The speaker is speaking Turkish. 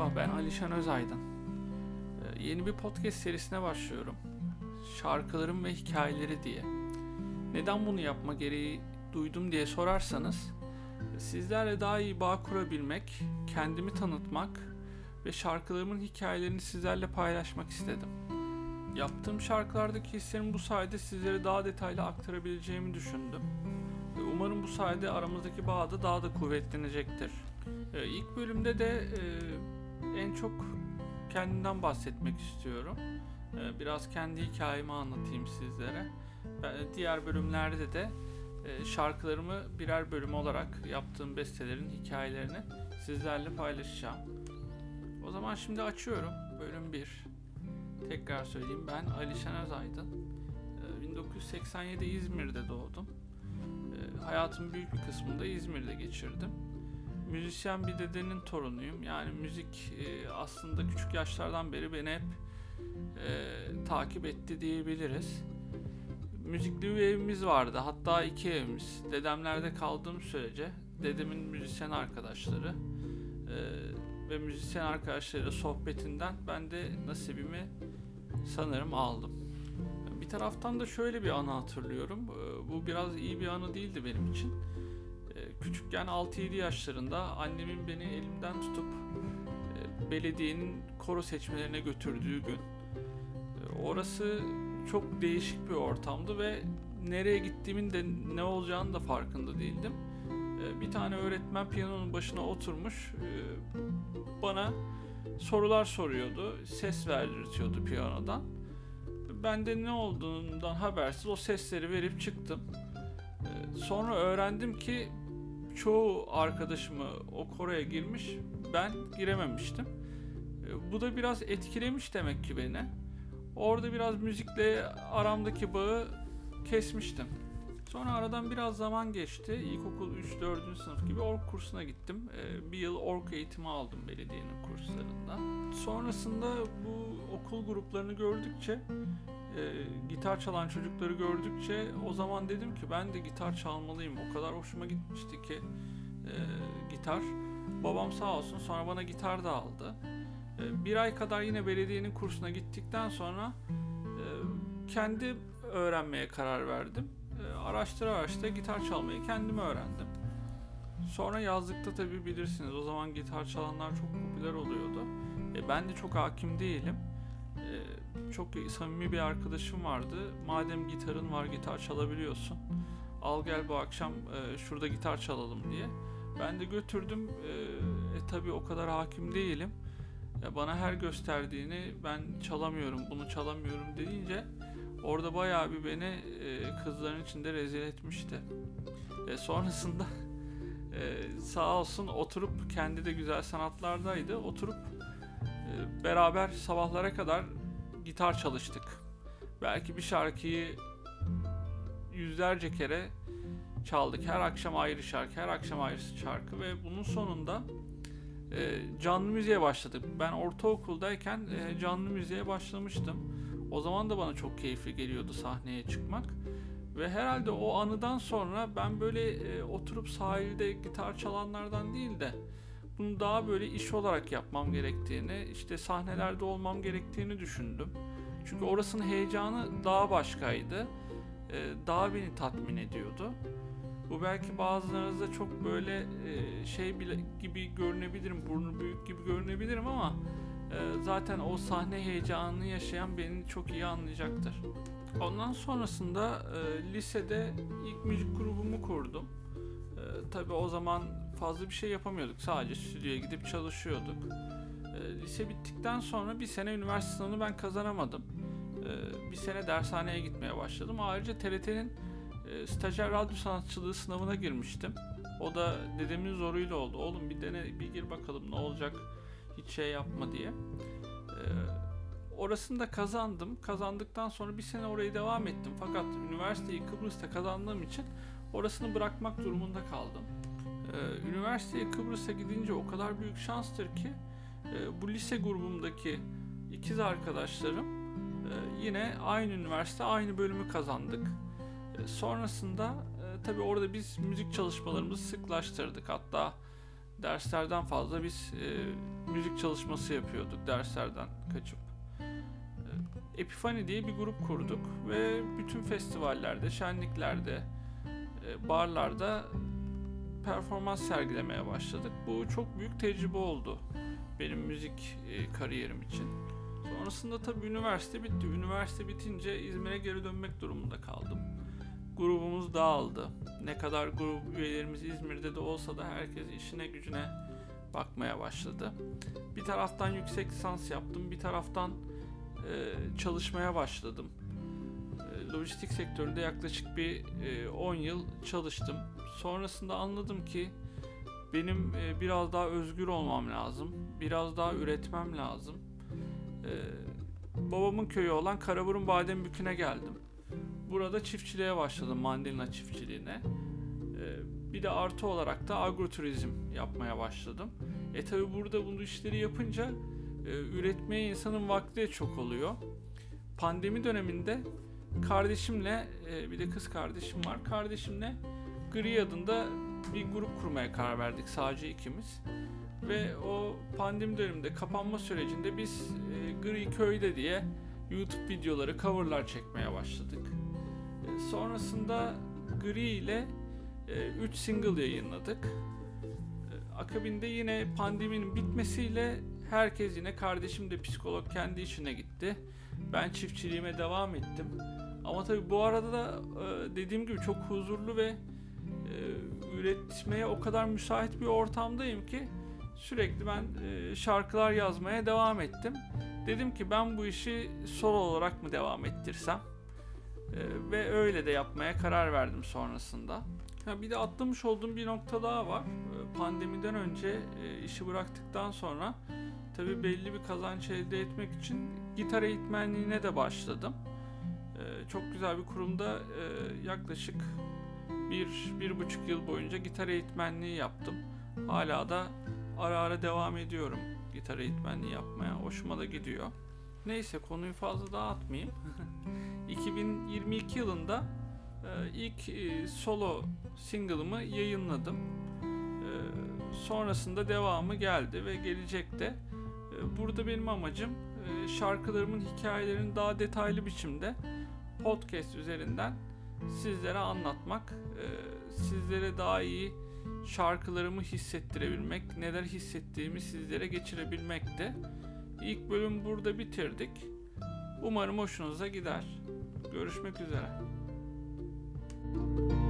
Merhaba, ben Alişan Özaydın. Yeni bir podcast serisine başlıyorum. Şarkılarım ve hikayeleri diye. Neden bunu yapma gereği duydum diye sorarsanız, sizlerle daha iyi bağ kurabilmek, kendimi tanıtmak ve şarkılarımın hikayelerini sizlerle paylaşmak istedim. Yaptığım şarkılardaki hislerimi bu sayede sizlere daha detaylı aktarabileceğimi düşündüm. Umarım bu sayede aramızdaki bağ da daha da kuvvetlenecektir. İlk bölümde de en çok kendimden bahsetmek istiyorum. Biraz kendi hikayemi anlatayım sizlere. Diğer bölümlerde de şarkılarımı birer bölüm olarak yaptığım bestelerin hikayelerini sizlerle paylaşacağım. O zaman şimdi açıyorum. Bölüm 1. Tekrar söyleyeyim, ben Alişan Özaydın. 1987 İzmir'de doğdum. Hayatımın büyük bir kısmını da İzmir'de geçirdim. Müzisyen bir dedenin torunuyum. Yani müzik aslında küçük yaşlardan beri beni hep takip etti diyebiliriz. Müzikli bir evimiz vardı. Hatta 2 evimiz. Dedemlerde kaldığım sürece dedemin müzisyen arkadaşları ve müzisyen arkadaşlarıyla sohbetinden ben de nasibimi sanırım aldım. Bir taraftan da şöyle bir anı hatırlıyorum. Bu biraz iyi bir anı değildi benim için. Küçükken 6-7 yaşlarında annemin beni elimden tutup belediyenin koro seçmelerine götürdüğü gün. Orası çok değişik bir ortamdı ve nereye gittiğimin de ne olacağını da farkında değildim. Bir tane öğretmen piyanonun başına oturmuş bana sorular soruyordu, ses verdirtiyordu piyanodan. Ben de ne olduğundan habersiz o sesleri verip çıktım. Sonra öğrendim ki çoğu arkadaşımı o koroya girmiş, ben girememiştim. Bu da biraz etkilemiş demek ki beni. Orada biraz müzikle aramdaki bağı kesmiştim. Sonra aradan biraz zaman geçti. İlkokul 3-4. sınıf gibi org kursuna gittim. Bir yıl org eğitimi aldım belediyenin kurslarında. Sonrasında bu okul gruplarını gördükçe, gitar çalan çocukları gördükçe o zaman dedim ki ben de gitar çalmalıyım. O kadar hoşuma gitmişti ki gitar. Babam sağ olsun sonra bana gitar da aldı. Bir ay kadar yine belediyenin kursuna gittikten sonra kendi öğrenmeye karar verdim. Araştıra gitar çalmayı kendim öğrendim. Sonra yazlıkta tabii bilirsiniz, o zaman gitar çalanlar çok popüler oluyordu. Ben de çok hakim değilim. Çok samimi bir arkadaşım vardı. Madem gitarın var, gitar çalabiliyorsun, al gel bu akşam şurada gitar çalalım diye. Ben de götürdüm. Tabii o kadar hakim değilim. Bana her gösterdiğini ben çalamıyorum, bunu çalamıyorum deyince orada bayağı bir beni kızların içinde rezil etmişti. Sonrasında sağ olsun oturup, kendi de güzel sanatlardaydı, oturup beraber sabahlara kadar gitar çalıştık. Belki bir şarkıyı yüzlerce kere çaldık. Her akşam ayrı şarkı, her akşam ayrı şarkı ve bunun sonunda canlı müziğe başladık. Ben ortaokuldayken canlı müziğe başlamıştım. O zaman da bana çok keyifli geliyordu sahneye çıkmak. Ve herhalde o anıdan sonra ben böyle oturup sahilde gitar çalanlardan değil de bunu daha böyle iş olarak yapmam gerektiğini, işte sahnelerde olmam gerektiğini düşündüm. Çünkü orasının heyecanı daha başkaydı. Daha beni tatmin ediyordu. Bu belki bazılarınızda çok böyle şey bile gibi görünebilirim, burnu büyük gibi görünebilirim ama zaten o sahne heyecanını yaşayan beni çok iyi anlayacaktır. Ondan sonrasında lisede ilk müzik grubumu kurdum. Tabii o zaman fazla bir şey yapamıyorduk, sadece stüdyoya gidip çalışıyorduk. Lise bittikten sonra bir sene üniversite sınavını ben kazanamadım. Bir sene dershaneye gitmeye başladım. Ayrıca TRT'nin stajyer radyo sanatçılığı sınavına girmiştim. O da dedemin zoruyla oldu. Oğlum bir dene, bir gir bakalım ne olacak, hiç şey yapma diye. Orasını da kazandım. Kazandıktan sonra bir sene orayı devam ettim. Fakat üniversiteyi Kıbrıs'ta kazandığım için orasını bırakmak durumunda kaldım. Üniversiteye Kıbrıs'a gidince o kadar büyük şanstır ki bu lise grubumdaki ikiz arkadaşlarım yine aynı üniversite, aynı bölümü kazandık. Sonrasında tabii orada biz müzik çalışmalarımızı sıklaştırdık. Hatta derslerden fazla biz müzik çalışması yapıyorduk derslerden kaçıp. Epiphany diye bir grup kurduk ve bütün festivallerde, şenliklerde, barlarda performans sergilemeye başladık. Bu çok büyük tecrübe oldu benim müzik kariyerim için. Sonrasında tabii üniversite bitti. Üniversite bitince İzmir'e geri dönmek durumunda kaldım. Grubumuz dağıldı. Ne kadar grup üyelerimiz İzmir'de de olsa da herkes işine gücüne bakmaya başladı. Bir taraftan yüksek lisans yaptım, bir taraftan çalışmaya başladım. Lojistik sektöründe yaklaşık bir 10 yıl çalıştım. Sonrasında anladım ki benim biraz daha özgür olmam lazım, biraz daha üretmem lazım. Babamın köyü olan Karaburun Badembükü'ne geldim. Burada çiftçiliğe başladım, mandalina çiftçiliğine. Bir de artı olarak da agroturizm yapmaya başladım. Tabi burada bu işleri yapınca üretmeye insanın vakti de çok oluyor. Pandemi döneminde kardeşimle, bir de kız kardeşim var, kardeşimle Gri adında bir grup kurmaya karar verdik, sadece ikimiz. Ve o pandemi döneminde kapanma sürecinde biz Gri Köy'de diye YouTube videoları, coverlar çekmeye başladık. Sonrasında Gri ile 3 single yayınladık. Akabinde yine pandeminin bitmesiyle herkes, yine kardeşim de psikolog, kendi işine gitti. Ben çiftçiliğime devam ettim. Ama tabii bu arada da dediğim gibi çok huzurlu ve üretmeye o kadar müsait bir ortamdayım ki sürekli ben şarkılar yazmaya devam ettim. Dedim ki ben bu işi solo olarak mı devam ettirsem? Ve öyle de yapmaya karar verdim sonrasında. Bir de atlamış olduğum bir nokta daha var. Pandemiden önce işi bıraktıktan sonra tabii belli bir kazanç elde etmek için gitar eğitmenliğine de başladım. Çok güzel bir kurumda yaklaşık 1,5 yıl boyunca gitar eğitmenliği yaptım. Hala da ara ara devam ediyorum gitar eğitmenliği yapmaya. Hoşuma da gidiyor. Neyse, konuyu fazla dağıtmayayım. 2022 yılında ilk solo single'ımı yayınladım. Sonrasında devamı geldi ve gelecekte. Burada benim amacım şarkılarımın hikayelerini daha detaylı biçimde podcast üzerinden sizlere anlatmak, sizlere daha iyi şarkılarımı hissettirebilmek, neler hissettiğimi sizlere geçirebilmekti. İlk bölüm burada bitirdik. Umarım hoşunuza gider. Görüşmek üzere.